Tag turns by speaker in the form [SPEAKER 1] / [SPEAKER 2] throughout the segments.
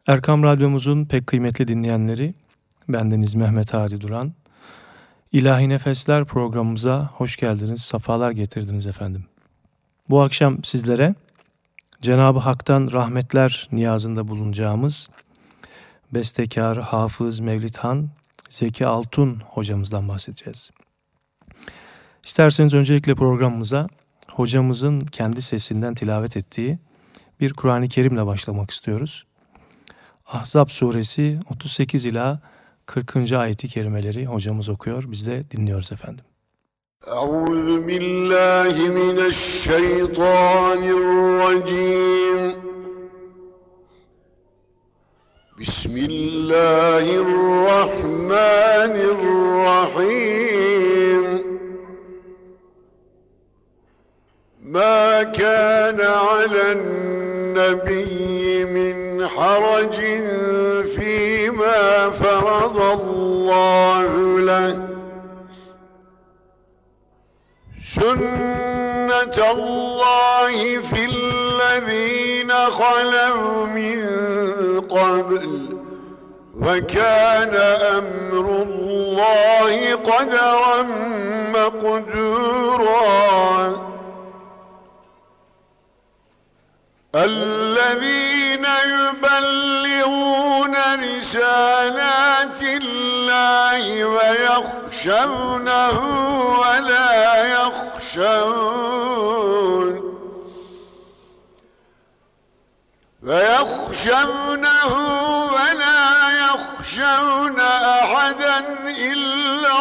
[SPEAKER 1] Erkam Radyomuzun pek kıymetli dinleyenleri, bendeniz Mehmet Hadi Duran. İlahi Nefesler programımıza hoş geldiniz, safalar getirdiniz efendim. Bu akşam sizlere Cenab-ı Hak'tan rahmetler niyazında bulunacağımız bestekar, hafız, Mevlidhan Zeki Altun hocamızdan bahsedeceğiz. İsterseniz öncelikle programımıza hocamızın kendi sesinden tilavet ettiği bir Kur'an-ı Kerim'le başlamak istiyoruz. Ahzab suresi 38 ila 40. ayeti kerimeleri hocamız okuyor. Biz de dinliyoruz efendim.
[SPEAKER 2] Euzubillahimineşşeytanirracim. Bismillahirrahmanirrahim. Ma kana alen nebiyyi min حرج فيما فرض الله له سنة الله في الذين خلوا من قبل وكان أمر الله قدرا مقدورا الذين يبلغون رسالات الله ويخشونه ولا يخشون أحدا إلا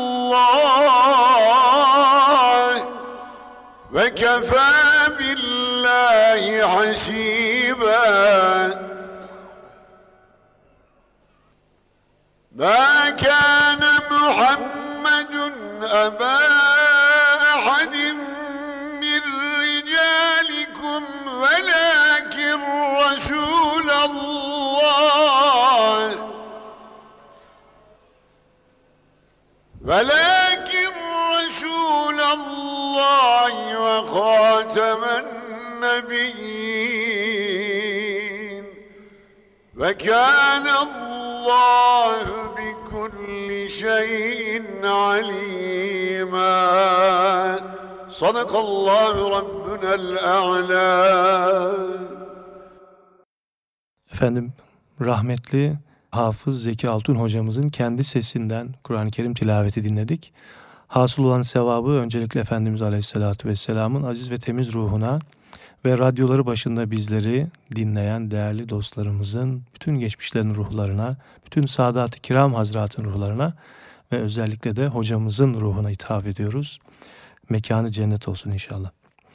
[SPEAKER 2] الله وكفى بالله حسيبا ما كان محمد أبا أحد من رجالكم ولكن رسول الله وخاتم النبيين وكان الله بكل شيء عليما صدق الله ربنا الأعلى.
[SPEAKER 1] Efendim, rahmetli Hafız Zeki Altun hocamızın kendi sesinden Kur'an-ı Kerim tilaveti dinledik. Hasıl olan sevabı öncelikle Efendimiz Aleyhisselatü Vesselam'ın aziz ve temiz ruhuna ve radyoları başında bizleri dinleyen değerli dostlarımızın bütün geçmişlerin ruhlarına, bütün Sadat-ı Kiram Hazret'in ruhlarına ve özellikle de hocamızın ruhuna ithaf ediyoruz. Mekanı cennet olsun inşallah.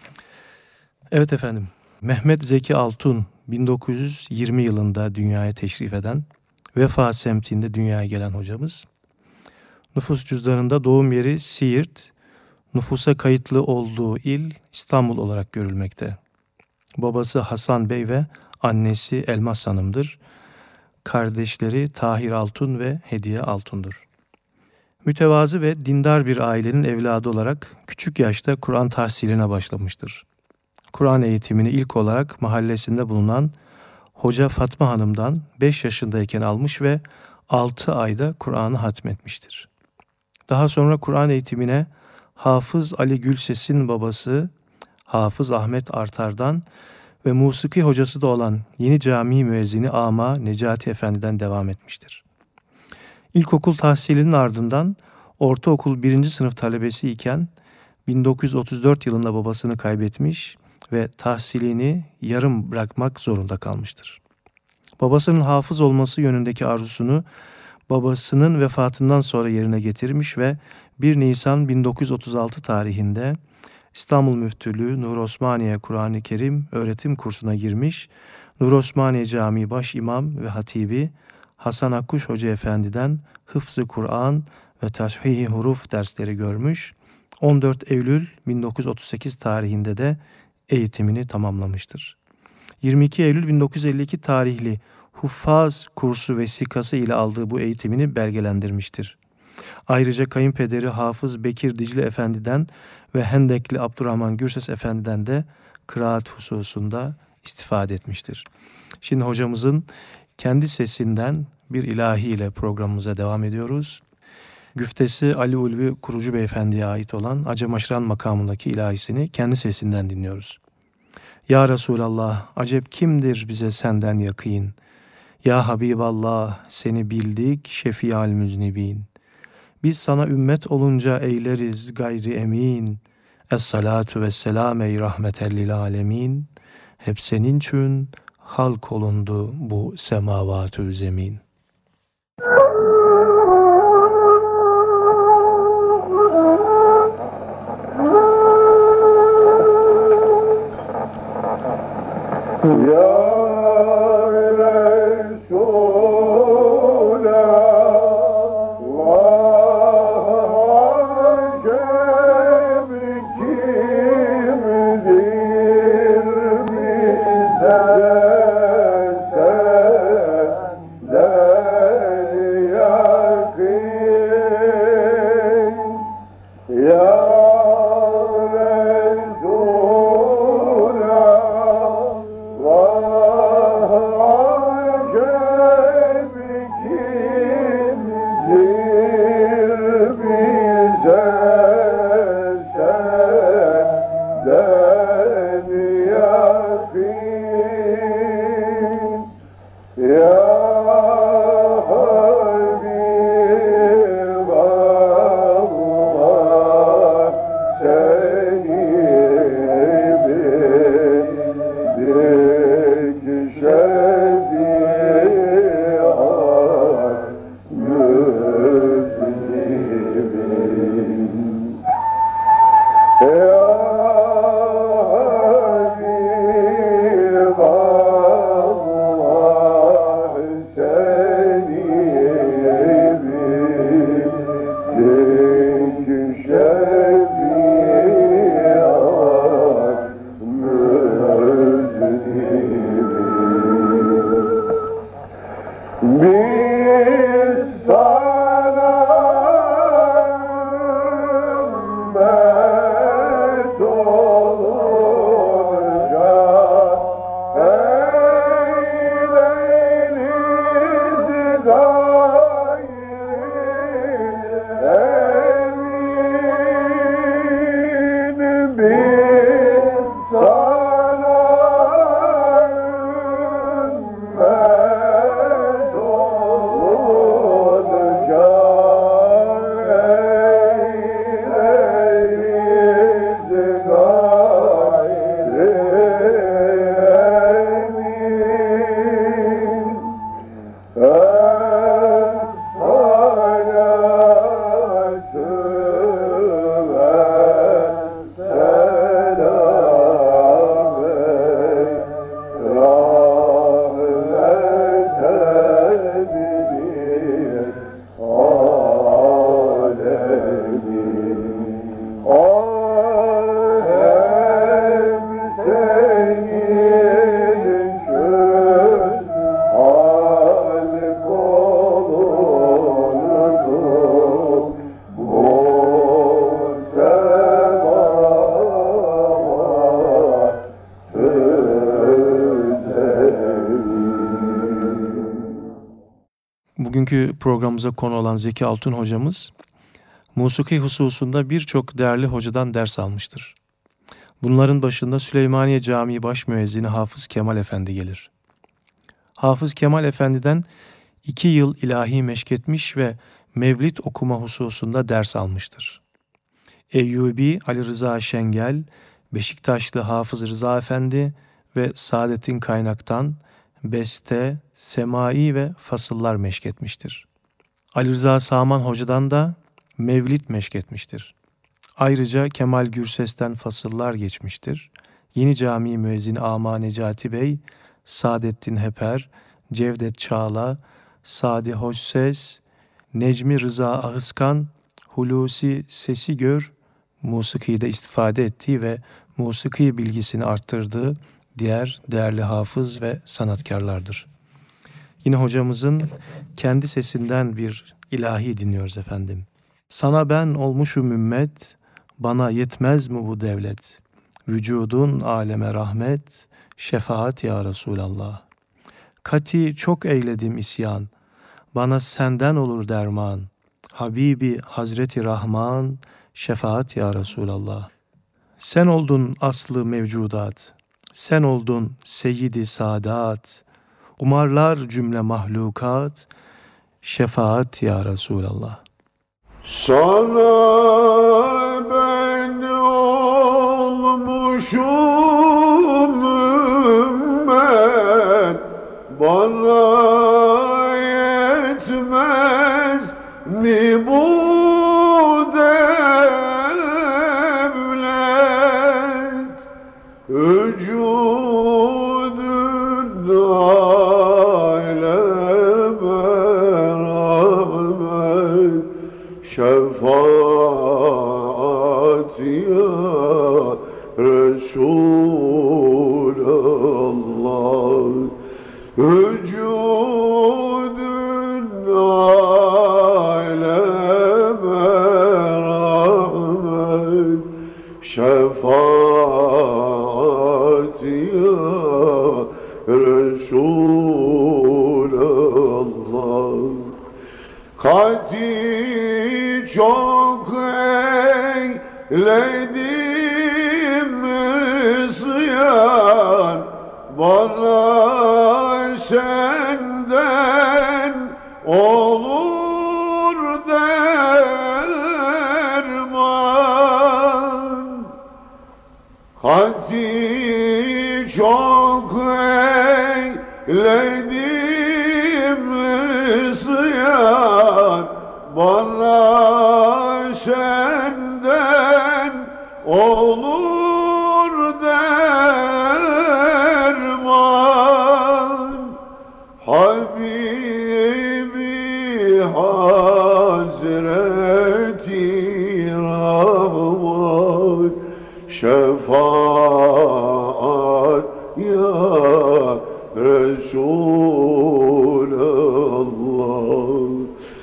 [SPEAKER 1] Evet efendim, Mehmet Zeki Altun 1920 yılında dünyaya teşrif eden, Vefa semtinde dünyaya gelen hocamız. Nüfus cüzdanında doğum yeri Siirt, nüfusa kayıtlı olduğu il İstanbul olarak görülmekte. Babası Hasan Bey ve annesi Elmas Hanım'dır. Kardeşleri Tahir Altun ve Hediye Altun'dur. Mütevazı ve dindar bir ailenin evladı olarak küçük yaşta Kur'an tahsiline başlamıştır. Kur'an eğitimini ilk olarak mahallesinde bulunan Hoca Fatma Hanım'dan 5 yaşındayken almış ve 6 ayda Kur'an'ı hatmetmiştir. Daha sonra Kur'an eğitimine Hafız Ali Gülses'in babası Hafız Ahmet Artar'dan ve musiki hocası da olan Yeni Cami müezzini Ama Necati Efendi'den devam etmiştir. İlkokul tahsilinin ardından ortaokul 1. sınıf talebesi iken 1934 yılında babasını kaybetmiş ve tahsilini yarım bırakmak zorunda kalmıştır. Babasının hafız olması yönündeki arzusunu babasının vefatından sonra yerine getirmiş ve 1 Nisan 1936 tarihinde İstanbul Müftülüğü Nur Osmaniye Kur'an-ı Kerim öğretim kursuna girmiş, Nur Osmaniye Camii Baş İmam ve Hatibi Hasan Akkuş Hoca Efendi'den Hıfz-ı Kur'an ve Teşhih-i Huruf dersleri görmüş, 14 Eylül 1938 tarihinde de eğitimini tamamlamıştır. 22 Eylül 1952 tarihli Huffaz kursu vesikası ile aldığı bu eğitimini belgelendirmiştir. Ayrıca kayınpederi Hafız Bekir Dicle Efendi'den ve Hendekli Abdurrahman Gürses Efendi'den de kıraat hususunda istifade etmiştir. Şimdi hocamızın kendi sesinden bir ilahi ile programımıza devam ediyoruz. Güftesi Ali Ulvi Kurucu Beyefendi'ye ait olan Acem Aşıran makamındaki ilahisini kendi sesinden dinliyoruz. Ya Resulallah, acep kimdir bize senden yakîn? Ya Habiballah, seni bildik şefi'al müznibin. Biz sana ümmet olunca eyleriz gayri emin. Es-salatu vesselam ey rahmetellil alemin. Hep senin için halk olundu bu semavatü zemin.
[SPEAKER 2] Ya
[SPEAKER 1] Bugünkü programımıza konu olan Zeki Altun hocamız, musiki hususunda birçok değerli hocadan ders almıştır. Bunların başında Süleymaniye Camii Baş Müezzini Hafız Kemal Efendi gelir. Hafız Kemal Efendi'den 2 yıl ilahi meşk etmiş ve mevlid okuma hususunda ders almıştır. Eyyubi Ali Rıza Şengel, Beşiktaşlı Hafız Rıza Efendi ve Saadettin Kaynak'tan beste, semai ve fasıllar meşk etmiştir. Ali Rıza Saman Hoca'dan da mevlid meşk etmiştir. Ayrıca Kemal Gürses'ten fasıllar geçmiştir. Yeni Camii Müezzini Ama Necati Bey, Saadettin Heper, Cevdet Çağla, Sadi Hoşses, Necmi Rıza Ahıskan, Hulusi Sesigör, musiki'de istifade ettiği ve musiki bilgisini arttırdığı diğer değerli hafız ve sanatkarlardır. Yine hocamızın kendi sesinden bir ilahi dinliyoruz efendim. Sana ben olmuşum ümmet, bana yetmez mi bu devlet? Vücudun aleme rahmet, şefaat ya Resulallah. Kati çok eyledim isyan, bana senden olur derman. Habibi Hazreti Rahman, şefaat ya Resulallah. Sen oldun aslı mevcudat, sen oldun seyyidi saadat. Umarlar cümle mahlukat, şefaat ya Resulallah.
[SPEAKER 2] Sana ben olmuşum ümmet, bana yetmez mi bu devlet? Vücudun aleme rahmet, şefaat ya Resulallah. Vücudun aleme rahmet, şefaat ya Resulallah. Kati çok eyledim isyan, bana senden olur derman. Kati çok eyledim isyan, bana senden olur derman. Habibi Hazreti Rahman, şefaat ya Resulallah.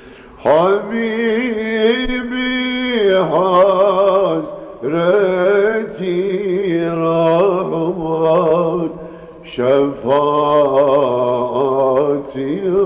[SPEAKER 2] Habibi Hazreti Rahman, şefaat ya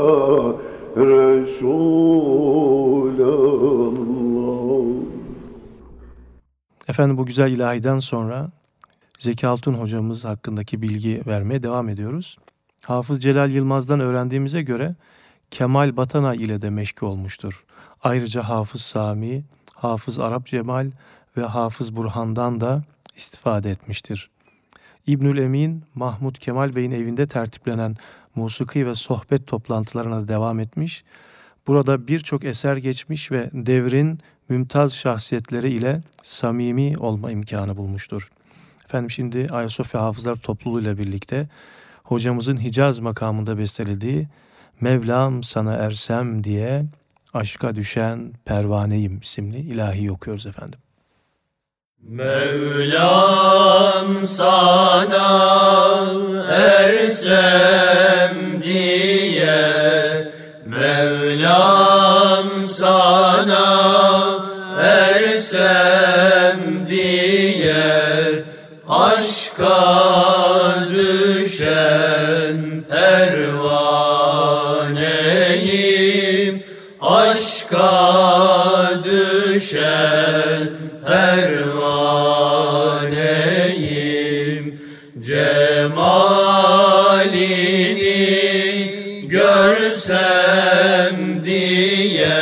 [SPEAKER 2] Resulallah.
[SPEAKER 1] Efendim, bu güzel ilahiden sonra Zeki Altun hocamız hakkındaki bilgi vermeye devam ediyoruz. Hafız Celal Yılmaz'dan öğrendiğimize göre Kemal Batana ile de meşgul olmuştur. Ayrıca Hafız Sami, Hafız Arap Cemal ve Hafız Burhan'dan da istifade etmiştir. İbnül Emin, Mahmud Kemal Bey'in evinde tertiplenen musiki ve sohbet toplantılarına da devam etmiş. Burada birçok eser geçmiş ve devrin mümtaz şahsiyetleri ile samimi olma imkanı bulmuştur. Efendim, şimdi Ayasofya Hafızlar Topluluğu ile birlikte hocamızın Hicaz makamında bestelediği Mevlam sana ersem diye aşka düşen pervaneyim isimli ilahiyi okuyoruz efendim.
[SPEAKER 3] Mevlam sana ersem diye, Mevlam sana ersem diye, aşka düşen pervaneyim, aşka düşen pervaneyim. Cemalini görsem diye,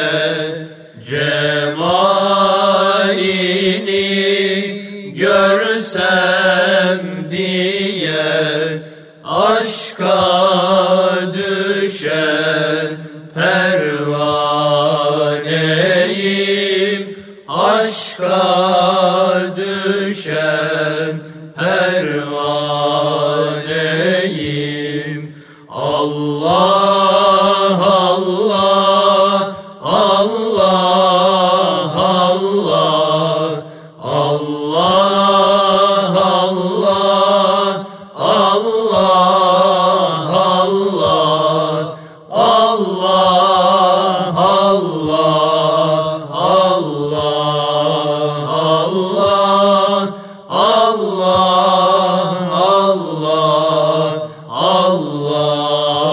[SPEAKER 3] cemalini görsem diye, aşka düşen pervaneyim, aşka düşen pervaneyim. Allah Allah Allah Allah, Allah Allah Allah Allah, Allah Allah Allah, Allah Allah Allah Allah.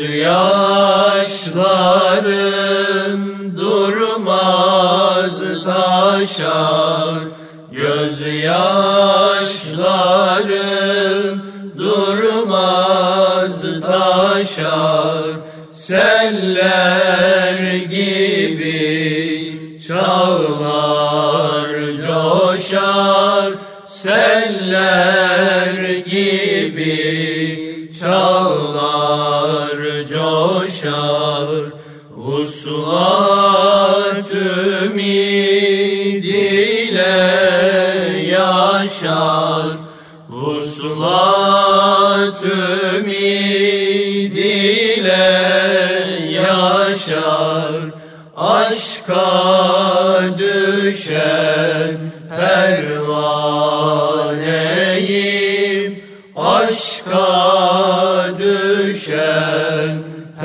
[SPEAKER 3] gözyaşlarım durmaz taşar, gözyaşlarım durmaz taşar, seller gibi çağlar coşar, seller gibi çağlar coşar, vuslat ümid ile yaşar, vuslat ümid ile yaşar, aşka düşen pervaneyim, aşka düşen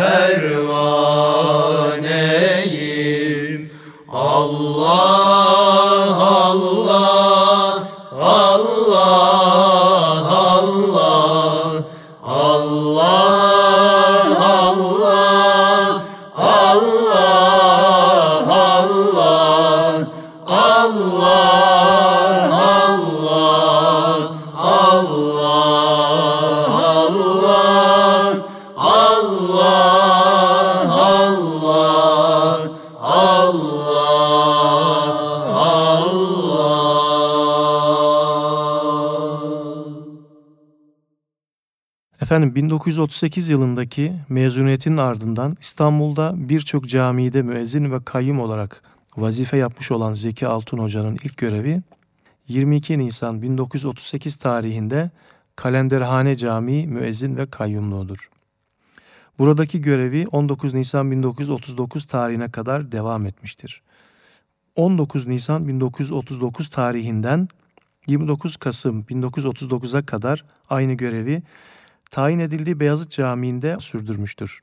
[SPEAKER 3] pervaneyim. Allah, Allah, Allah, Allah, Allah, Allah, Allah, Allah,
[SPEAKER 1] Efendim 1938 yılındaki mezuniyetinin ardından İstanbul'da birçok camide müezzin ve kayyum olarak vazife yapmış olan Zeki Altun Hoca'nın ilk görevi 22 Nisan 1938 tarihinde Kalenderhane Camii müezzin ve kayyumluğudur. Buradaki görevi 19 Nisan 1939 tarihine kadar devam etmiştir. 19 Nisan 1939 tarihinden 29 Kasım 1939'a kadar aynı görevi tayin edildiği Beyazıt Camii'nde sürdürmüştür.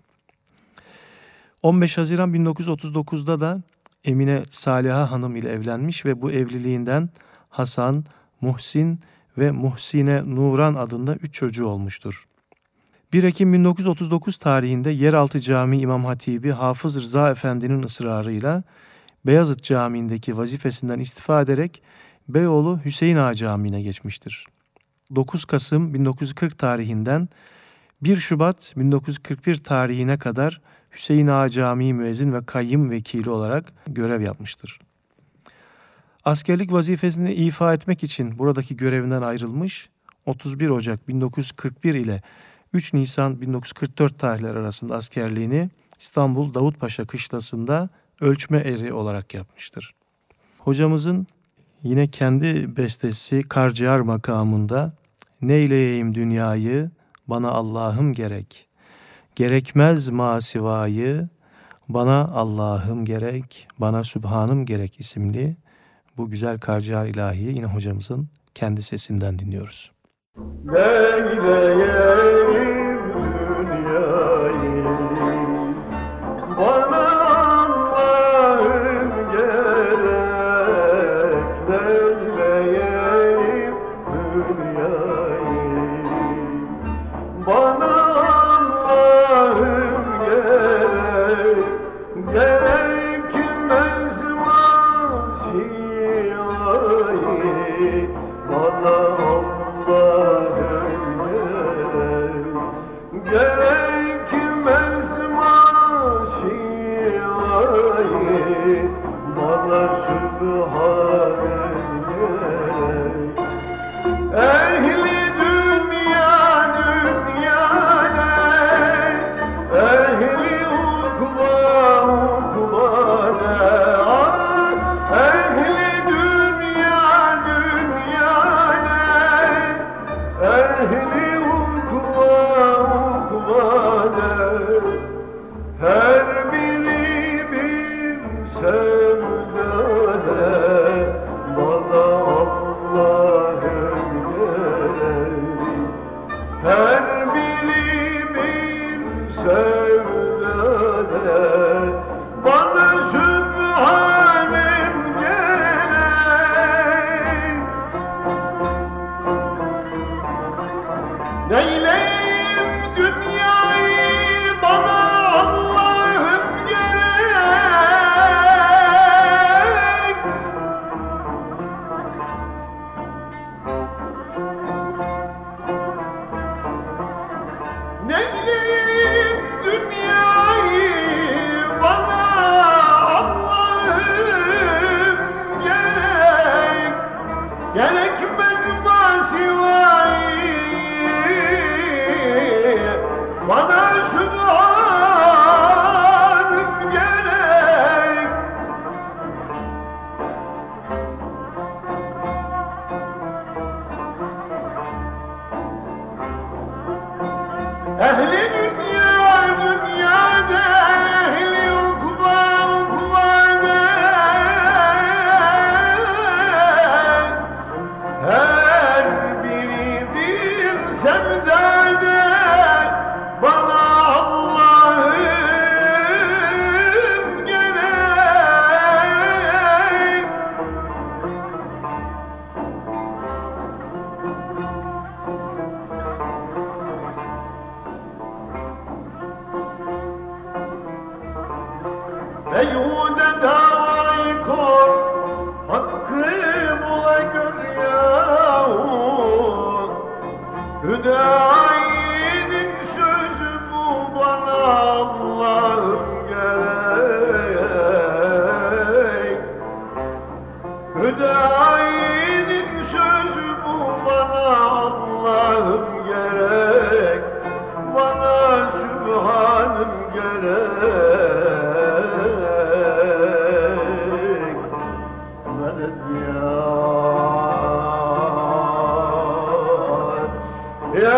[SPEAKER 1] 15 Haziran 1939'da da Emine Saliha Hanım ile evlenmiş ve bu evliliğinden Hasan, Muhsin ve Muhsine Nuran adında 3 çocuğu olmuştur. 1 Ekim 1939 tarihinde Yeraltı Camii İmam Hatibi Hafız Rıza Efendi'nin ısrarıyla Beyazıt Camii'ndeki vazifesinden istifa ederek Beyoğlu Hüseyin Ağa Camii'ne geçmiştir. 9 Kasım 1940 tarihinden 1 Şubat 1941 tarihine kadar Hüseyin Ağa Camii müezzin ve kayyum vekili olarak görev yapmıştır. Askerlik vazifesini ifa etmek için buradaki görevinden ayrılmış, 31 Ocak 1941 ile 3 Nisan 1944 tarihleri arasında askerliğini İstanbul Davutpaşa Kışlası'nda ölçme eri olarak yapmıştır. Hocamızın yine kendi bestesi Karciğer makamında "Neyleyeyim dünyayı, bana Allah'ım gerek. Gerekmez masivayı, bana Allah'ım gerek, bana Sübhanım gerek" isimli bu güzel Karciğer ilahiyi yine hocamızın kendi sesinden dinliyoruz.
[SPEAKER 2] Neyleyeyim dünyayı, bana Allah'ım gerek. Neyleyeyim dünyayı, bana Allah'ım gerek. Gerekmez masiyayı, bana Allah'ım gerek. Gerekmez masiyayı, bana Sübhanım gerek. Ehli dünya dünya ne, ehli ukba ukba ne, ehli dünya dünya ne, ehli ukba ukba bana Sübhanım gerek. Ehli dünya dünyada, ehli ukba ukbada, her biri bir sevdada, bana Allah'ım gerek. Beyhude davayı kor, hakkı bula gör yahut. Hüdayi'nin sözü bu, bana Allah'ım gerek. Hüdayi'nin sözü bu, bana Allah'ım gerek. Bana Sübhanım gerek. Medet ya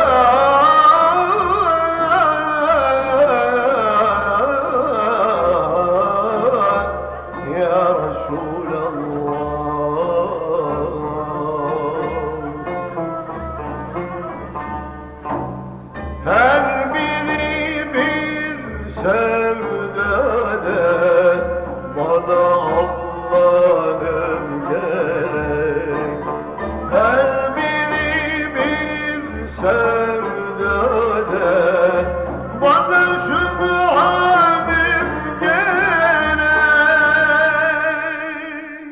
[SPEAKER 2] Resulallah. Her biri bir sevdade, bana Allah'ım gerek. Her biri bir sevdade, bana Sübhanım gerek.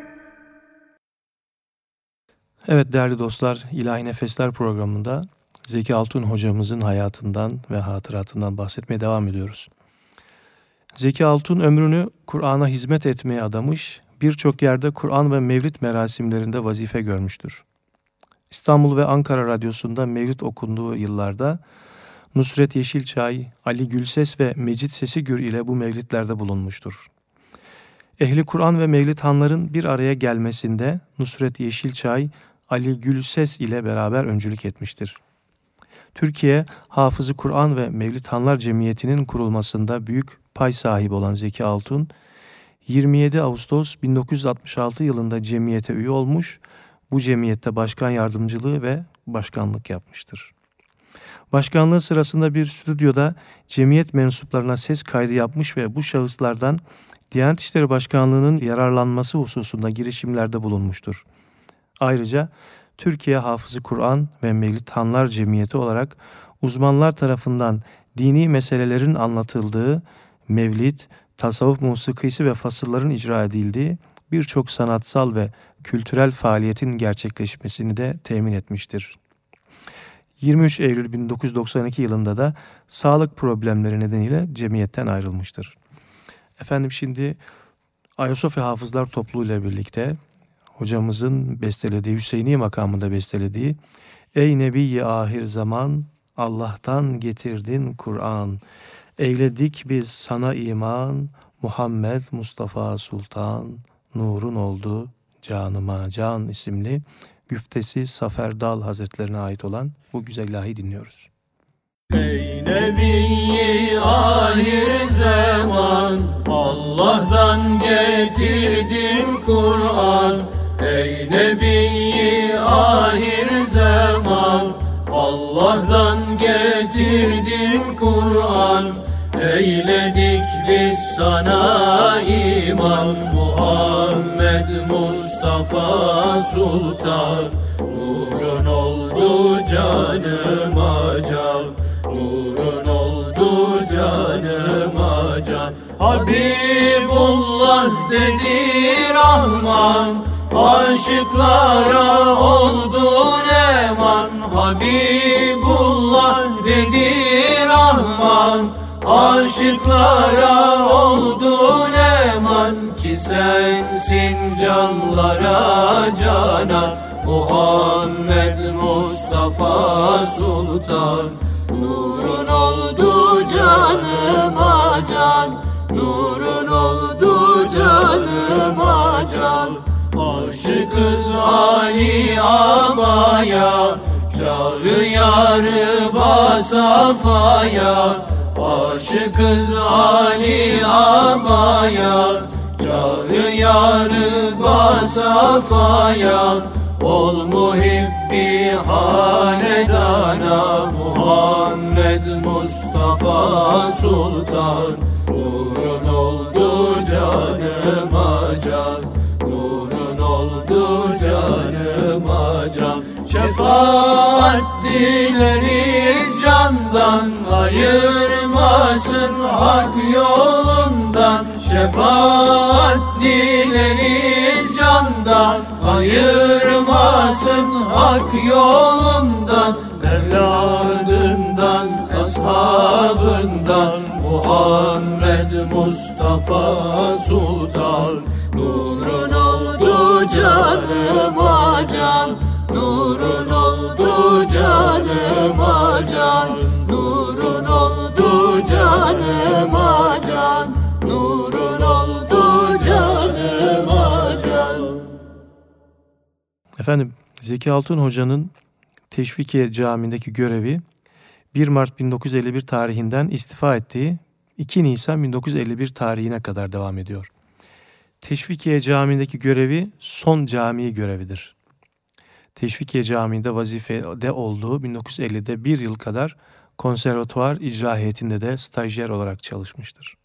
[SPEAKER 1] Evet değerli dostlar, İlahi Nefesler programında Zeki Altun hocamızın hayatından ve hatıratından bahsetmeye devam ediyoruz. Zeki Altun ömrünü Kur'an'a hizmet etmeye adamış, birçok yerde Kur'an ve Mevlid merasimlerinde vazife görmüştür. İstanbul ve Ankara Radyosu'nda Mevlid okunduğu yıllarda Nusret Yeşilçay, Ali Gülses ve Mecit Sesigür ile bu mevlidlerde bulunmuştur. Ehli Kur'an ve Mevlidhanların bir araya gelmesinde Nusret Yeşilçay, Ali Gülses ile beraber öncülük etmiştir. Türkiye Hafızı Kur'an ve Mevlidhanlar Cemiyeti'nin kurulmasında büyük pay sahibi olan Zeki Altun, 27 Ağustos 1966 yılında cemiyete üye olmuş, bu cemiyette başkan yardımcılığı ve başkanlık yapmıştır. Başkanlığı sırasında bir stüdyoda cemiyet mensuplarına ses kaydı yapmış ve bu şahıslardan Diyanet İşleri Başkanlığı'nın yararlanması hususunda girişimlerde bulunmuştur. Ayrıca Türkiye Hafızı Kur'an ve Mevlidhanlar Cemiyeti olarak uzmanlar tarafından dini meselelerin anlatıldığı, mevlid, tasavvuf musikisi ve fasılların icra edildiği birçok sanatsal ve kültürel faaliyetin gerçekleşmesini de temin etmiştir. 23 Eylül 1992 yılında da sağlık problemleri nedeniyle cemiyetten ayrılmıştır. Efendim şimdi Ayasofya Hafızlar Topluluğu ile birlikte hocamızın bestelediği, Hüseyini makamında bestelediği Ey Nebi-i Ahir Zaman, Allah'tan getirdin Kur'an, eyledik biz sana iman, Muhammed Mustafa Sultan, nurun oldu canıma can isimli güftesi Zafer Dal Hazretlerine ait olan bu güzel ilahi dinliyoruz.
[SPEAKER 3] Ey Nebi-i Ahir Zaman, Allah'tan getirdin Kur'an. Ey Nebi-i Ahir Zaman, Allah'tan getirdin Kur'an. Eyledik biz sana iman, Muhammed Mustafa Sultan, nurun oldu canıma can, nurun oldu canıma can. Habibullah dedi Rahman, aşıklara oldun eman. Habibullah dedi Rahman, aşıklara oldun eman. Ki sensin canlara canan, Muhammed Mustafa Sultan, nurun oldu oldu canıma can, nurun oldu canıma can. Aşıkız Ali Aba'ya, çağrı yarı basafaya. Aşıkız Ali Aba'ya, çağrı yarı basafaya. Ol muhibbi hanedana, Muhammed Mustafa Sultan. Nurun oldu canıma can, nurun oldu canıma can. Şefaat dileriz candan, ayırmasın hak yolundan. Şefaat dileriz candan, ayırmasın hak yolundan. Evladından, ashabından, Muhammed Mustafa Sultan. Nurun oldu canıma can, nurun oldu canıma can, nurun oldu canıma can, nurun oldu canıma can.
[SPEAKER 1] Efendim, Zeki Altun Hoca'nın Teşvikiye Camii'ndeki görevi 1 Mart 1951 tarihinden istifa ettiği 2 Nisan 1951 tarihine kadar devam ediyor. Teşvikiye Camii'ndeki görevi son cami görevidir. Teşvikiye Camii'nde vazifede olduğu 1950'de 1 yıl kadar konservatuvar icra heyetinde de stajyer olarak çalışmıştır.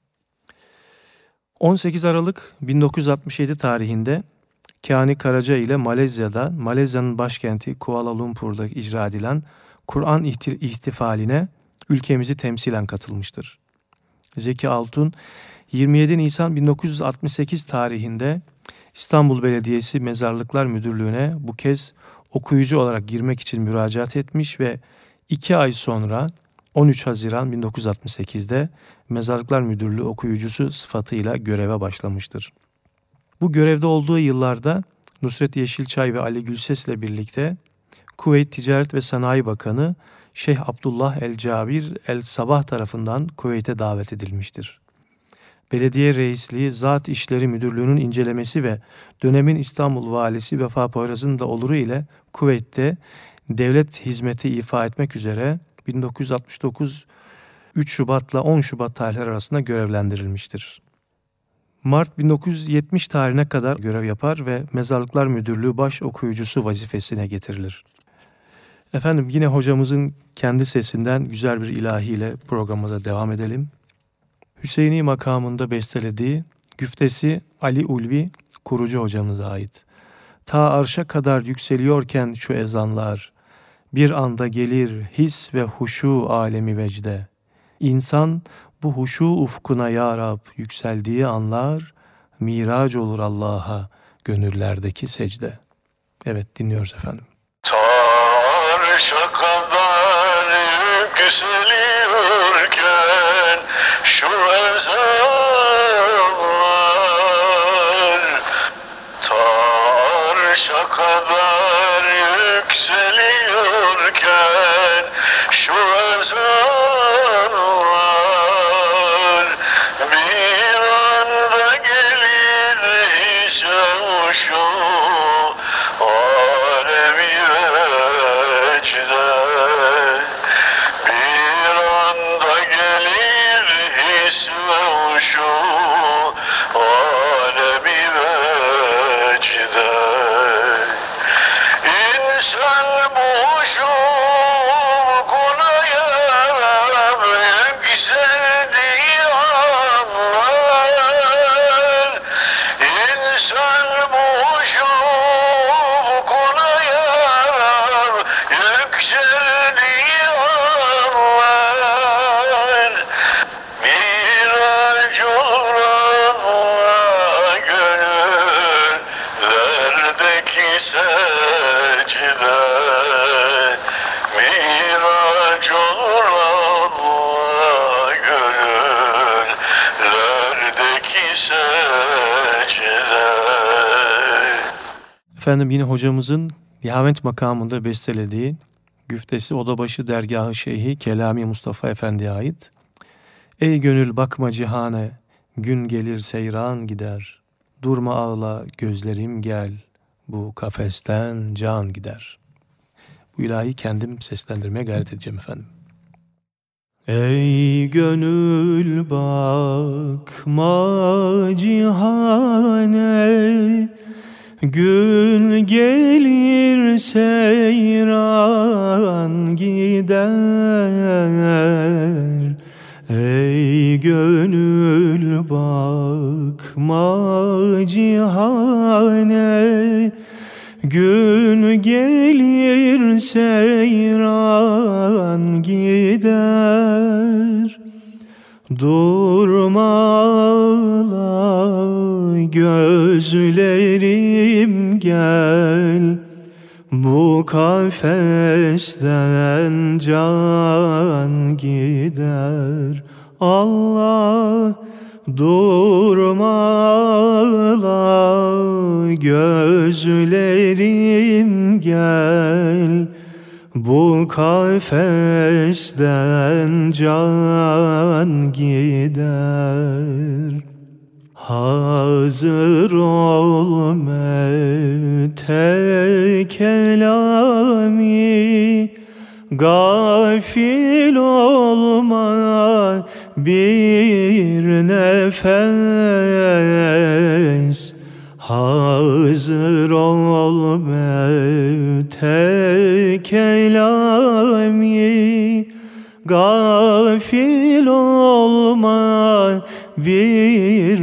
[SPEAKER 1] 18 Aralık 1967 tarihinde Kani Karaca ile Malezya'nın başkenti Kuala Lumpur'da icra edilen Kur'an ihtifaline ülkemizi temsilen katılmıştır. Zeki Altun 27 Nisan 1968 tarihinde İstanbul Belediyesi Mezarlıklar Müdürlüğü'ne bu kez okuyucu olarak girmek için müracaat etmiş ve 2 ay sonra 13 Haziran 1968'de Mezarlıklar Müdürlüğü okuyucusu sıfatıyla göreve başlamıştır. Bu görevde olduğu yıllarda Nusret Yeşilçay ve Ali Gülses ile birlikte Kuveyt Ticaret ve Sanayi Bakanı Şeyh Abdullah El-Cabir El-Sabah tarafından Kuveyt'e davet edilmiştir. Belediye Reisliği Zat İşleri Müdürlüğü'nün incelemesi ve dönemin İstanbul Valisi Vefa Poyraz'ın da oluru ile Kuveyt'te devlet hizmeti ifa etmek üzere 1969 3 Şubat'la 10 Şubat tarihleri arasında görevlendirilmiştir. Mart 1970 tarihine kadar görev yapar ve Mezarlıklar Müdürlüğü baş okuyucusu vazifesine getirilir. Efendim, yine hocamızın kendi sesinden güzel bir ilahiyle programımıza devam edelim. Hüseyini makamında bestelediği güftesi Ali Ulvi Kurucu hocamıza ait. Ta arşa kadar yükseliyorken şu ezanlar, bir anda gelir his ve huşu alemi vecde. İnsan bu huşu ufkuna ya Rab yükseldiği anlar, mirac olur Allah'a gönüllerdeki secde. Evet, dinliyoruz efendim.
[SPEAKER 2] Ta arşa kadar yükseliyorken şu ezanlar, ta arşa kadar yükseliyorken şu ezanlar, bir anda gelir hisse şu alemi vecde. Bir anda gelir his ve şu alemi vecde. İnsan bu şu konuya yükseldiği anlar, İnsan bu şu konuya yükseldiği anlar, miraç olur Allah'a gönüllerdeki secde. Miraç olur Allah'a gönüllerdeki secde.
[SPEAKER 1] Efendim, yine hocamızın Nihavent makamında bestelediği Güftesi Odabaşı Dergahı Şeyhi Kelami Mustafa Efendi'ye ait. Ey gönül bakma cihane, gün gelir seyran gider. Durma ağla gözlerim gel, bu kafesten can gider. Bu ilahi kendim seslendirmeye gayret edeceğim efendim. Ey gönül bakma cihane, gün gelir seyran gider. Ey gönül bakma cihane, gün gelir seyran gider. Durmalı gözlerim gel, bu kafesten can gider. Allah durmalı gözlerim gel, bu kafesten can gider. Hazır ol mevte kelami, gafil olma bir nefes. Hazır ol mevte kelami, gafil olma bir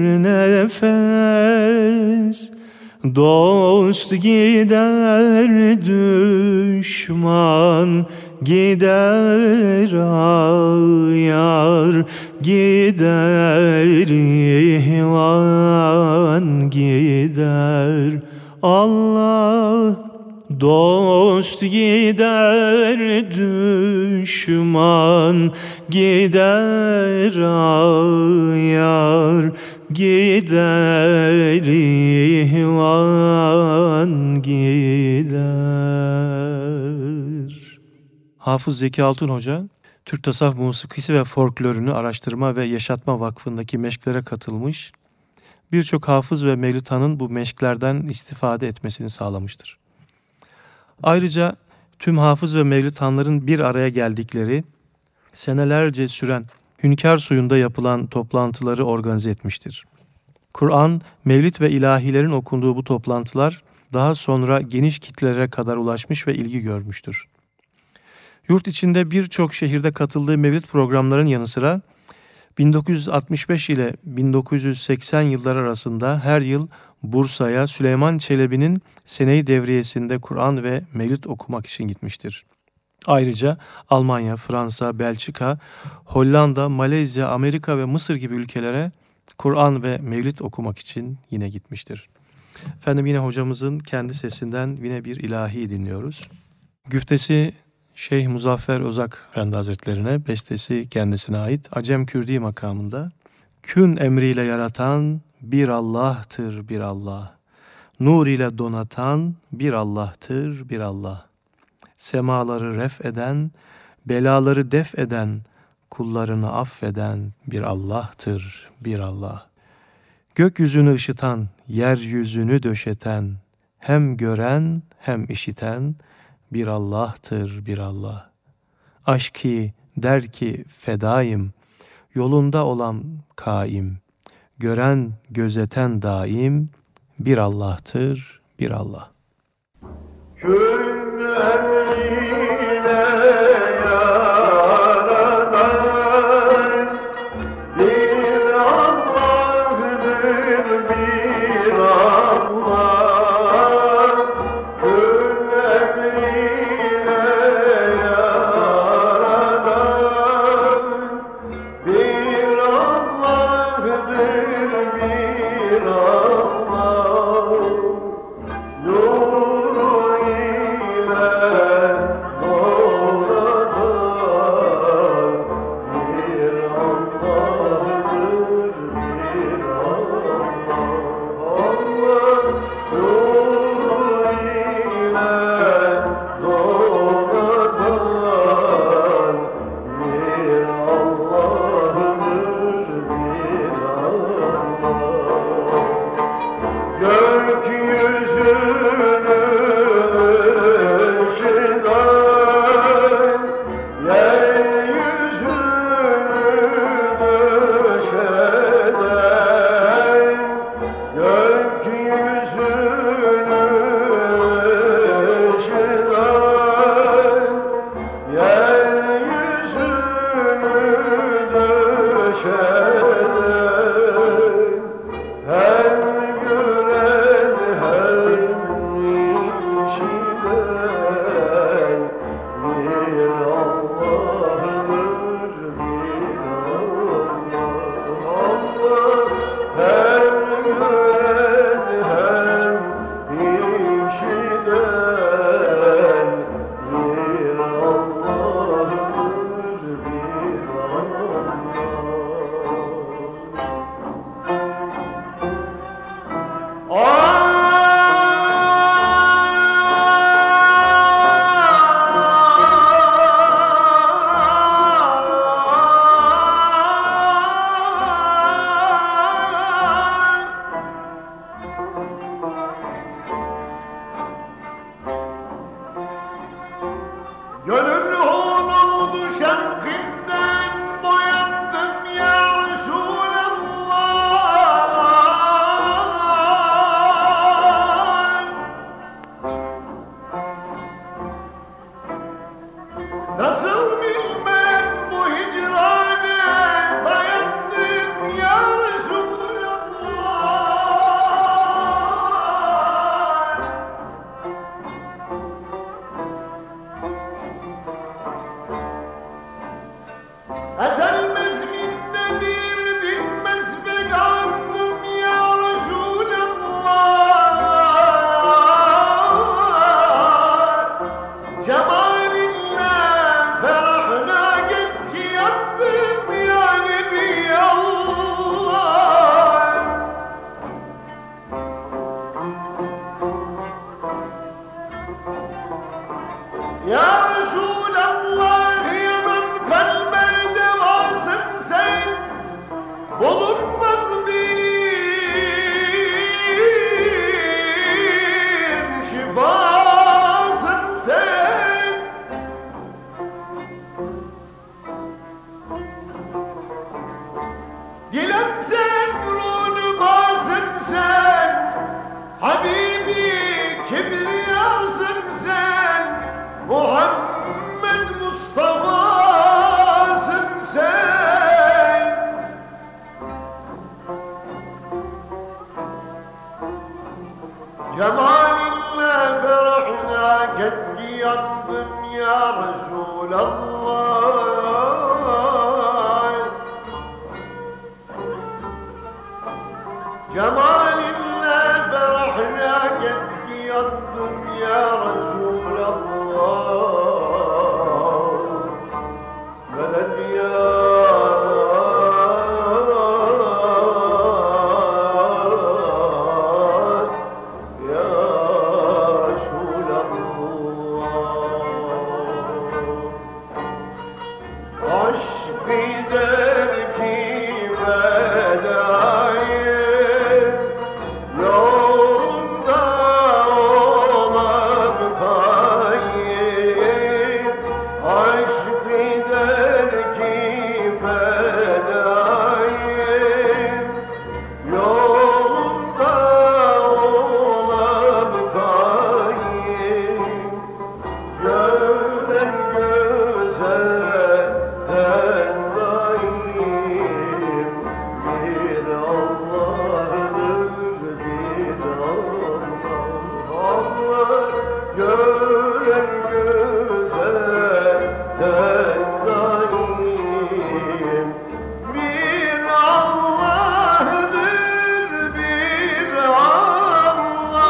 [SPEAKER 1] nefes. Dost gider, düşman gider, yar gider, ihvan gider. Allah dost gider, düşman gider, yar gider, ihvan gider. Hafız Zeki Altun Hoca, Türk Tasavvuf Musikisi ve Folklorunu Araştırma ve Yaşatma Vakfı'ndaki meşklere katılmış, birçok hafız ve mevlüthanın bu meşklerden istifade etmesini sağlamıştır. Ayrıca tüm hafız ve mevlüthanların bir araya geldikleri, senelerce süren Hünkar Suyu'nda yapılan toplantıları organize etmiştir. Kur'an, mevlid ve ilahilerin okunduğu bu toplantılar daha sonra geniş kitlelere kadar ulaşmış ve ilgi görmüştür. Yurt içinde birçok şehirde katıldığı mevlid programlarının yanı sıra 1965 ile 1980 yılları arasında her yıl Bursa'ya Süleyman Çelebi'nin Sene-i Devriyesi'nde Kur'an ve mevlid okumak için gitmiştir. Ayrıca Almanya, Fransa, Belçika, Hollanda, Malezya, Amerika ve Mısır gibi ülkelere Kur'an ve mevlid okumak için yine gitmiştir. Efendim yine hocamızın kendi sesinden yine bir ilahi dinliyoruz. Güftesi Şeyh Muzaffer Özak Efendi Hazretlerine, bestesi kendisine ait Acem Kürdi makamında. Kün emriyle yaratan bir Allah'tır bir Allah. Nur ile donatan bir Allah'tır bir Allah. Semaları ref eden, belaları def eden, kullarını affeden bir Allah'tır bir Allah. Gökyüzünü ışıtan, yeryüzünü döşeten, hem gören hem işiten bir Allah'tır bir Allah. Aşkı der ki fedayım, yolunda olan kaim, gören gözeten daim bir Allah'tır bir Allah.
[SPEAKER 2] Kün emriyle yaradan bir Allah'dır bir Allah. Kün emriyle yaradan bir Allah'dır bir Allah. Nur ile Aşk gider ki bedayı, yolunda olan kayıp. Aşk gider ki bedayı, yolunda olan kayıp. Gören gözelden gayip, bir Allah'dır, bir Allah. Gören gözelden gayip, bir Allah'dır, bir Allah.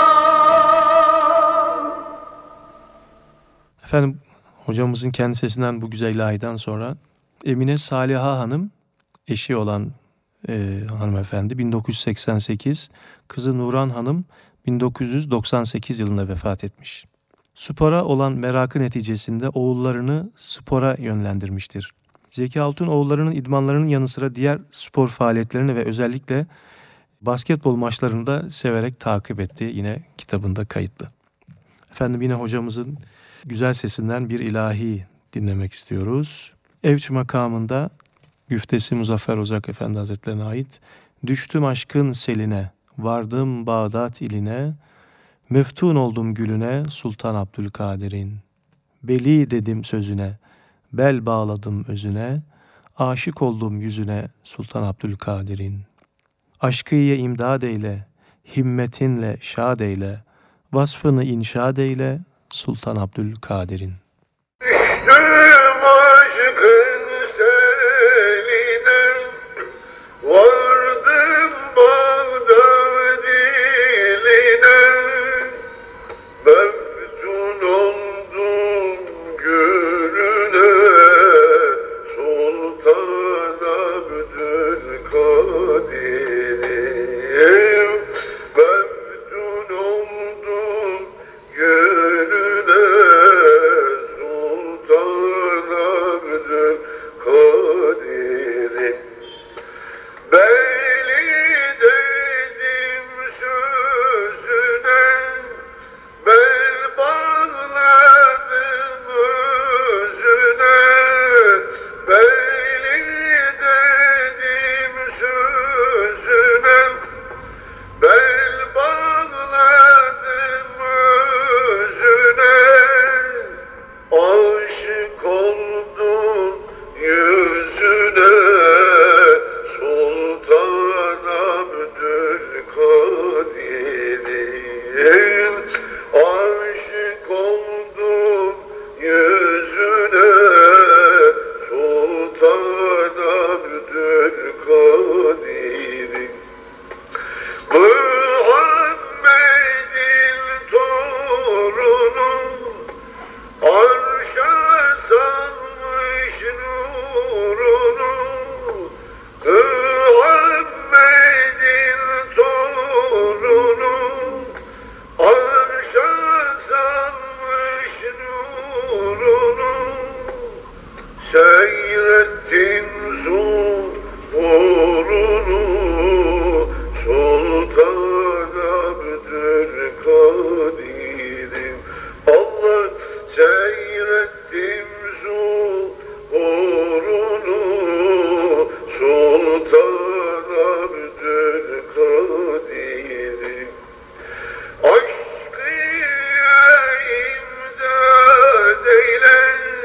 [SPEAKER 1] Efendim, hocamızın kendi sesinden bu güzel ilahiden sonra Emine Saliha Hanım, eşi olan hanımefendi 1988, kızı Nuran Hanım 1998 yılında vefat etmiş. Spora olan merakı neticesinde oğullarını spora yönlendirmiştir. Zeki Altun oğullarının idmanlarının yanı sıra diğer spor faaliyetlerini ve özellikle basketbol maçlarını da severek takip etti. Yine kitabında kayıtlı. Efendim, yine hocamızın güzel sesinden bir ilahi dinlemek istiyoruz. Evç makamında güftesi Muzaffer Ozak Efendi Hazretlerine ait. Düştüm aşkın seline, vardım Bağdat iline, meftun oldum gülüne Sultan Abdülkadir'in. Beli dedim sözüne, bel bağladım özüne, aşık oldum yüzüne Sultan Abdülkadir'in. Aşkıye imdad eyle, himmetinle şad eyle, vasfını inşa eyle Sultan Abdülkadir'in.
[SPEAKER 2] Düştüm aşkın seline, vardım Bağdat iline, meftun oldum gülüne Sultan Abdülkadir'im. Meftun oldum gönlüne Sultan Abdülkadir'im. Beli dedim sözüne, bel bağladım özüne. Beli dedim sözüne, bel bağladım özüne. Aşık oldum yüzüne Sultan Abdülkadir'in. Aşık oldum yüzüne Sultan Abdülkadir'in. Muhammed'in torunu, arşa salmış nurunu. Muhammed'in torunu, arşa salmış nurunu. Seyrettim zuhurunu Sultan Abdülkadir'im. Allah, seyrettim zuhurunu Sultan Abdülkadir'im. Aşkıya imdad eyle,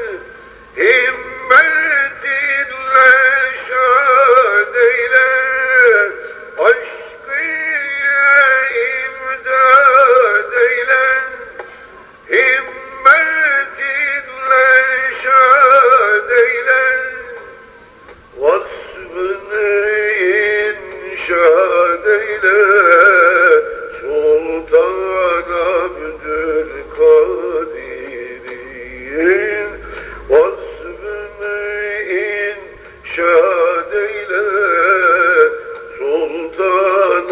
[SPEAKER 2] himmetinle şad eyle. Aşkıya imdad eyle, himmetinle şad eyle. Vasfını inşad eyle Sultan Abdülkadir'in. Vasfını inşad eyle Sultan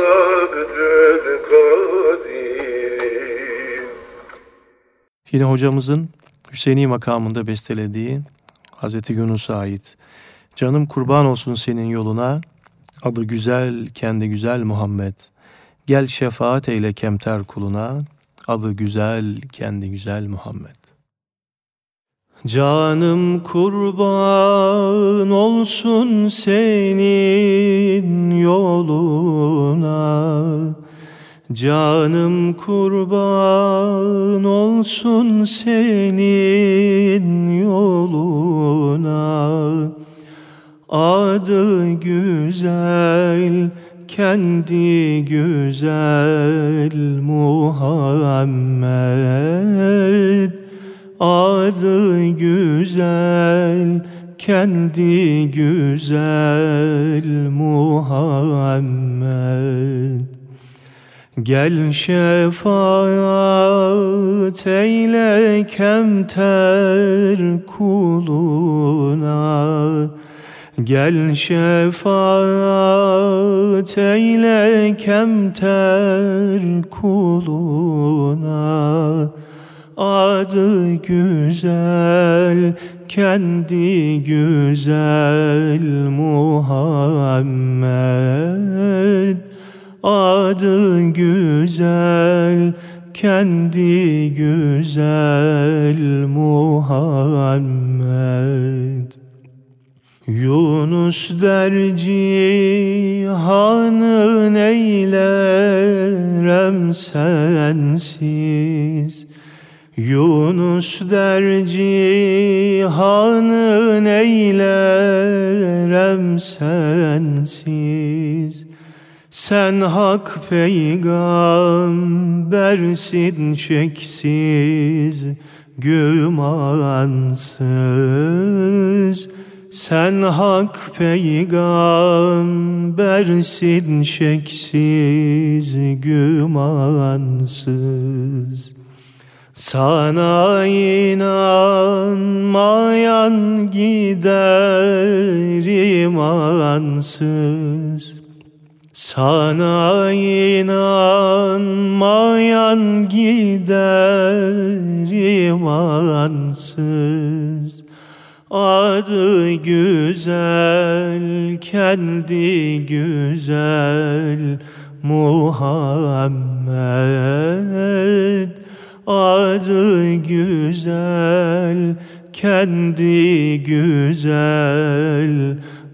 [SPEAKER 2] Abdülkadir'in.
[SPEAKER 1] Yine hocamızın Hüseyini makamında bestelediği Hazreti Yunus'a ait. Canım kurban olsun senin yoluna, adı güzel, kendi güzel Muhammed. Gel şefaat eyle kemter kuluna, adı güzel, kendi güzel Muhammed. Canım kurban olsun senin yoluna, canım kurban olsun senin yoluna, adı güzel, kendi güzel Muhammed. Adı güzel, kendi güzel Muhammed. Gel şefaat eyle kemter kuluna, gel şefaat eyle kemter kuluna, adı güzel, kendi güzel Muhammed. Adı güzel, kendi güzel Muhammed. Yunus der cihanı neylerem sensiz, Yunus der cihanı neylerem sensiz. Sen hak peygambersin şeksiz, gümansız. Sen hak peygambersin şeksiz, gümansız. Sana inanmayan gider imansız. Sana inanmayan gider imansız. Adı güzel, kendi güzel Muhammed. Adı güzel, kendi güzel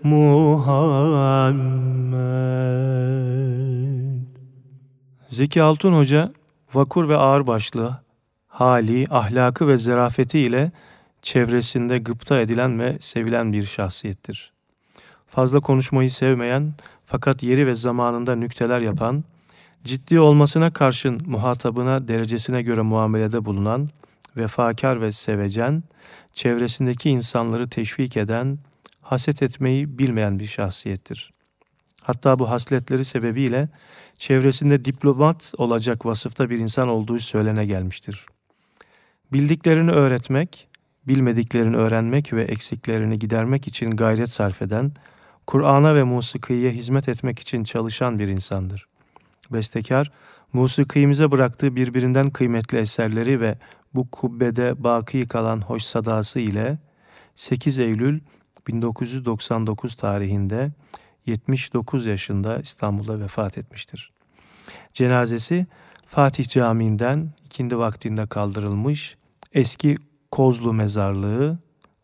[SPEAKER 1] Muhammed. Zeki Altun Hoca, vakur ve ağırbaşlı, hali, ahlakı ve zarafeti ile çevresinde gıpta edilen ve sevilen bir şahsiyettir. Fazla konuşmayı sevmeyen, fakat yeri ve zamanında nükteler yapan, ciddi olmasına karşın muhatabına derecesine göre muamelede bulunan, vefakar ve sevecen, çevresindeki insanları teşvik eden, haset etmeyi bilmeyen bir şahsiyettir. Hatta bu hasletleri sebebiyle çevresinde diplomat olacak vasıfta bir insan olduğu söylene gelmiştir. Bildiklerini öğretmek, bilmediklerini öğrenmek ve eksiklerini gidermek için gayret sarf eden, Kur'an'a ve musikiye hizmet etmek için çalışan bir insandır. Bestekar, musikimize bıraktığı birbirinden kıymetli eserleri ve bu kubbede baki kalan hoş sadası ile 8 Eylül 1999 tarihinde 79 yaşında İstanbul'da vefat etmiştir. Cenazesi Fatih Camii'nden ikindi vaktinde kaldırılmış, eski Kozlu Mezarlığı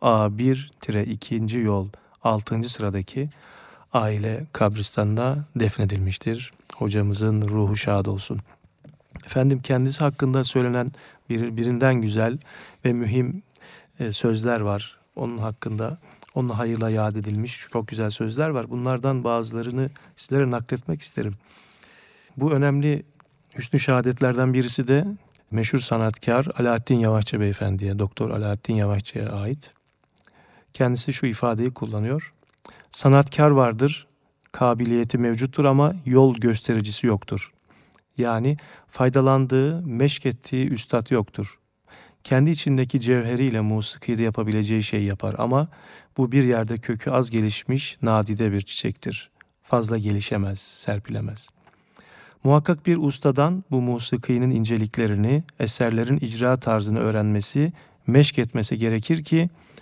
[SPEAKER 1] A1-2. Yol 6. sıradaki aile kabristanına defnedilmiştir. Hocamızın ruhu şad olsun. Efendim, kendisi hakkında söylenen birinden güzel ve mühim sözler var. Onun hakkında, onunla hayırla yad edilmiş çok güzel sözler var. Bunlardan bazılarını sizlere nakletmek isterim. Bu önemli hüsnü şehadetlerden birisi de meşhur sanatkar Alaaddin Yavaşça Beyefendi'ye, Doktor Alaaddin Yavaşça'ya ait. Kendisi şu ifadeyi kullanıyor. Sanatkar vardır, kabiliyeti mevcuttur ama yol göstericisi yoktur. Yani faydalandığı, meşk ettiği üstad yoktur. Kendi içindeki cevheriyle musikide yapabileceği şeyi yapar ama bu bir yerde kökü az gelişmiş nadide bir çiçektir. Fazla gelişemez, serpilemez. Muhakkak bir ustadan bu musikinin inceliklerini, eserlerin icra tarzını öğrenmesi, meşk etmesi gerekir ki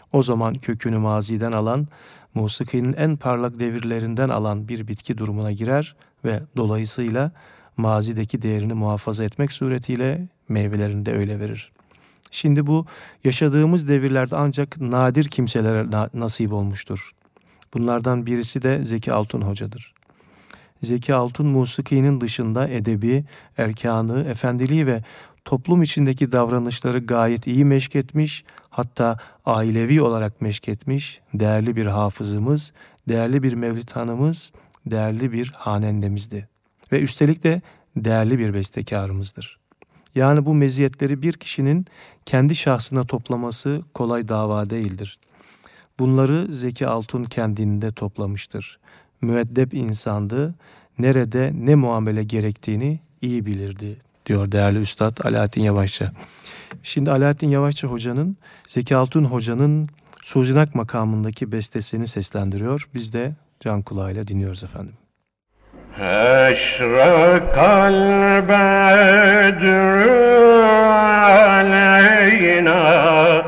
[SPEAKER 1] o zaman kökünü maziden alan, musikinin en parlak devirlerinden alan bir bitki durumuna girer ve dolayısıyla mazideki değerini muhafaza etmek suretiyle meyvelerini de öyle verir. Şimdi bu yaşadığımız devirlerde ancak nadir kimselere nasip olmuştur. Bunlardan birisi de Zeki Altun Hoca'dır. Zeki Altun musikinin dışında edebi, erkanı, efendiliği ve toplum içindeki davranışları gayet iyi meşk etmiş, hatta ailevi olarak meşk etmiş, değerli bir hafızımız, değerli bir mevlid hanımız, değerli bir hanendemizdi. Ve üstelik de değerli bir bestekarımızdır. Yani bu meziyetleri bir kişinin kendi şahsına toplaması kolay dava değildir. Bunları Zeki Altun kendinde toplamıştır. Müeddep insandı, nerede ne muamele gerektiğini iyi bilirdi, diyor değerli Üstad Alaaddin Yavaşça. Şimdi Alaaddin Yavaşça Hoca'nın, Zeki Altun Hoca'nın Suzinak makamındaki bestesini seslendiriyor. Biz de can kulağıyla dinliyoruz efendim.
[SPEAKER 4] Eşrakal bedrü aleyna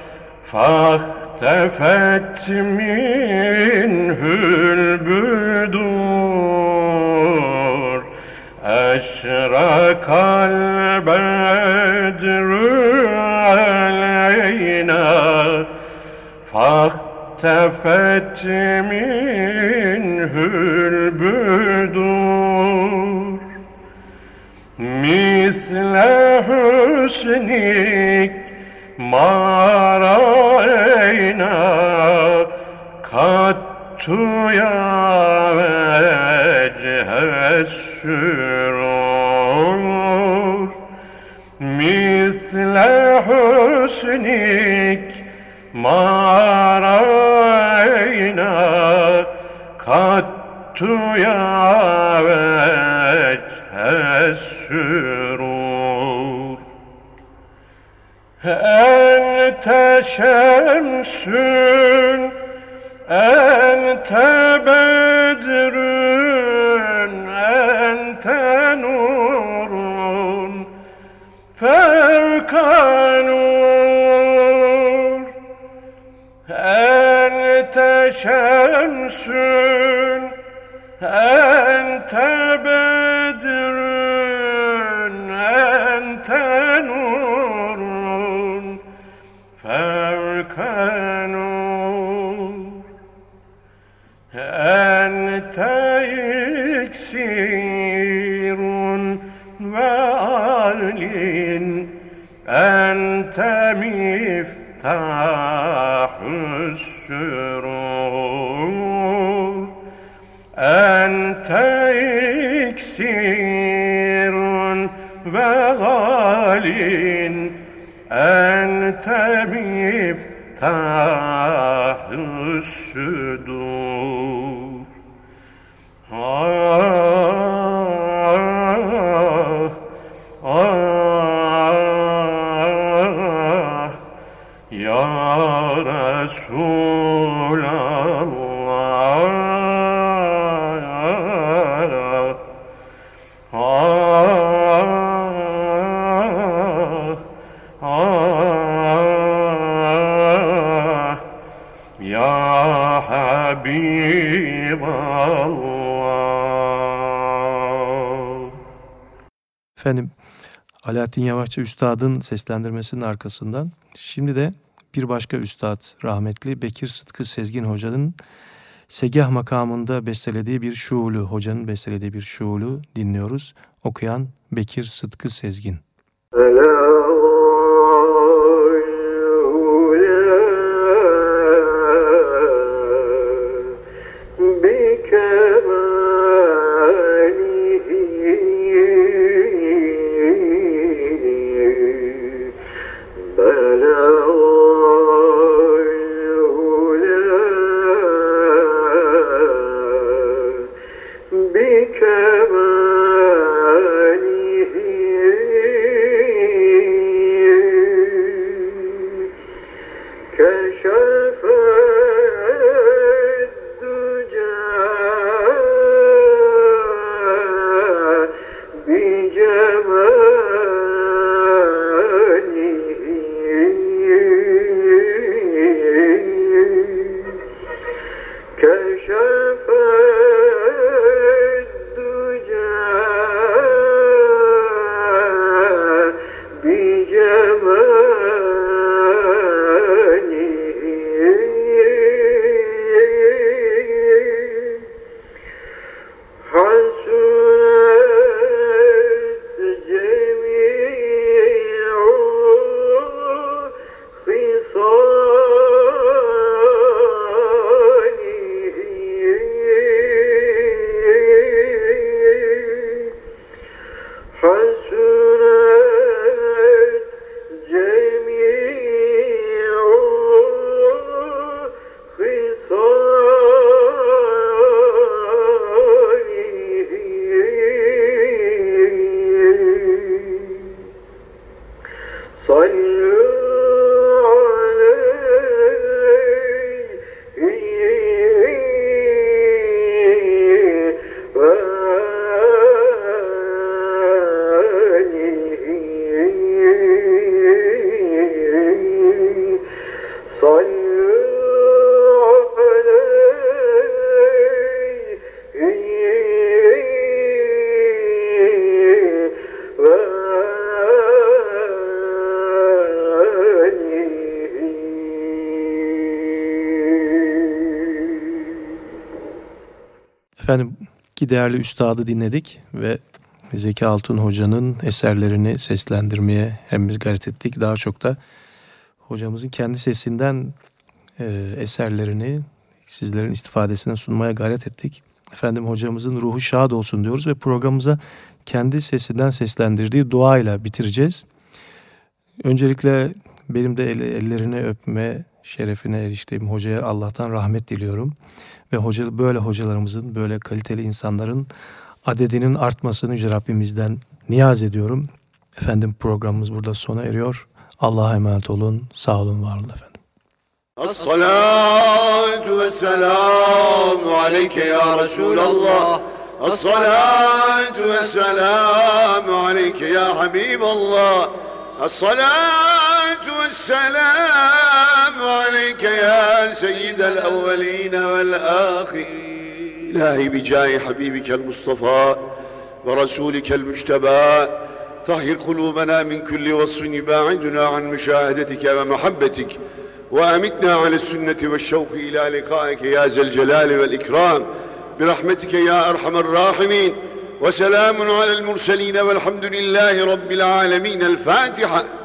[SPEAKER 4] fahtefet minhül büdur. Eşrakal bedrü aleyna fahtefet minhül büdur. Misle hüsnik ma ra'eyna kattu ya vecehes sürur. Misle hüsnik ma ra'eyna kattu ya vecehes sürur. Ente şemsün, ente bedrün, ente nurun, fevka nur. Ente şemsün, ente bedrün, ente nurun, fevka nur. Ente iksirun ve alin, ente miftahü's sürur. Ente iksirun ve alin, ente miftahü's sudur. Ya Resulallah, ya Habiballah.
[SPEAKER 1] Efendim, Alaaddin Yavaşça Üstad'ın seslendirmesinin arkasından şimdi de bir başka üstad, rahmetli Bekir Sıtkı Sezgin Hoca'nın Segah makamında bestelediği bir şuulu, hocanın bestelediği bir şuulu dinliyoruz. Okuyan Bekir Sıtkı Sezgin.
[SPEAKER 2] بكماله
[SPEAKER 1] Efendim, iki değerli üstadı dinledik ve Zeki Altun Hoca'nın eserlerini seslendirmeye hem biz gayret ettik. Daha çok da hocamızın kendi sesinden eserlerini sizlerin istifadesine sunmaya gayret ettik. Efendim, hocamızın ruhu şad olsun diyoruz ve programımıza kendi sesinden seslendirdiği duayla bitireceğiz. Öncelikle benim de ellerini öpme şerefine eriştiğim hocaya Allah'tan rahmet diliyorum. Ve böyle hocalarımızın, böyle kaliteli insanların adedinin artmasını Yüce Rabbimizden niyaz ediyorum. Efendim, programımız burada sona eriyor. Allah'a emanet olun. Sağ olun, var olun efendim.
[SPEAKER 5] Es-salatu vesselamu aleyke ya Resulallah. Es-salatu vesselamu aleyke ya Habiballah. Es-salatu vesselamu aleyke ya seyyidel evveline vel ahirin. İlahi bicahi habibikel Mustafa ve Resulikel Müşteba. Tahhir kulubena min kulli vasfin yubaiduna an müşahedetike ve muhabbetik. وأمتنا على السنة والشوق إلى لقائك يا ذا الجلال والإكرام برحمتك يا أرحم الراحمين وسلام على المرسلين والحمد لله رب العالمين. الفاتحة.